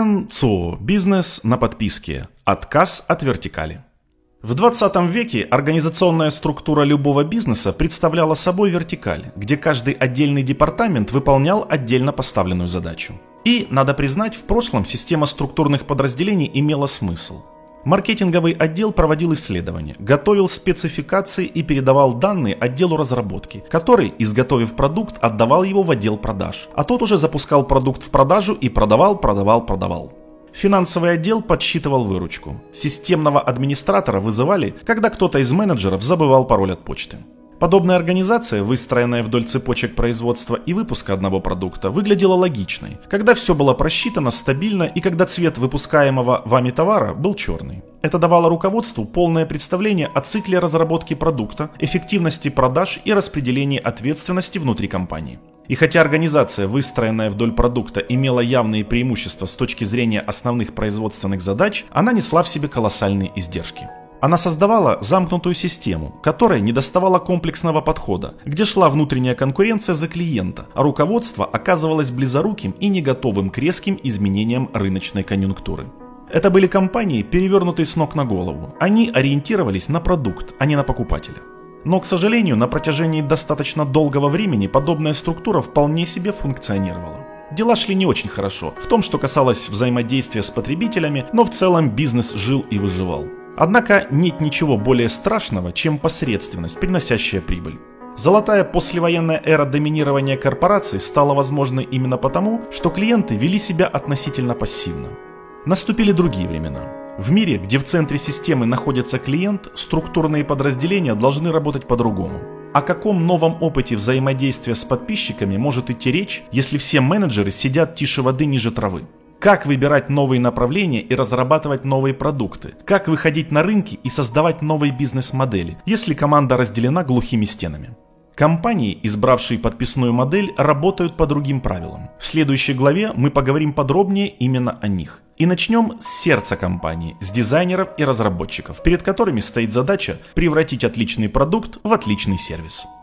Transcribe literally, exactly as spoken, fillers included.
Н Ц О – бизнес на подписке. Отказ от вертикали. В двадцатом веке организационная структура любого бизнеса представляла собой вертикаль, где каждый отдельный департамент выполнял отдельно поставленную задачу. И, надо признать, в прошлом система структурных подразделений имела смысл. Маркетинговый отдел проводил исследования, готовил спецификации и передавал данные отделу разработки, который, изготовив продукт, отдавал его в отдел продаж, а тот уже запускал продукт в продажу и продавал, продавал, продавал. Финансовый отдел подсчитывал выручку. Системного администратора вызывали, когда кто-то из менеджеров забывал пароль от почты. Подобная организация, выстроенная вдоль цепочек производства и выпуска одного продукта, выглядела логичной, когда все было просчитано стабильно и когда цвет выпускаемого вами товара был черный. Это давало руководству полное представление о цикле разработки продукта, эффективности продаж и распределении ответственности внутри компании. И хотя организация, выстроенная вдоль продукта, имела явные преимущества с точки зрения основных производственных задач, она несла в себе колоссальные издержки. Она создавала замкнутую систему, которая недоставала комплексного подхода, где шла внутренняя конкуренция за клиента, а руководство оказывалось близоруким и не готовым к резким изменениям рыночной конъюнктуры. Это были компании, перевернутые с ног на голову. Они ориентировались на продукт, а не на покупателя. Но, к сожалению, на протяжении достаточно долгого времени подобная структура вполне себе функционировала. Дела шли не очень хорошо в том, что касалось взаимодействия с потребителями, но в целом бизнес жил и выживал. Однако нет ничего более страшного, чем посредственность, приносящая прибыль. Золотая послевоенная эра доминирования корпораций стала возможной именно потому, что клиенты вели себя относительно пассивно. Наступили другие времена. В мире, где в центре системы находится клиент, структурные подразделения должны работать по-другому. О каком новом опыте взаимодействия с подписчиками может идти речь, если все менеджеры сидят тише воды ниже травы? Как выбирать новые направления и разрабатывать новые продукты? Как выходить на рынки и создавать новые бизнес-модели, если команда разделена глухими стенами? Компании, избравшие подписную модель, работают по другим правилам. В следующей главе мы поговорим подробнее именно о них. И начнем с сердца компании, с дизайнеров и разработчиков, перед которыми стоит задача превратить отличный продукт в отличный сервис.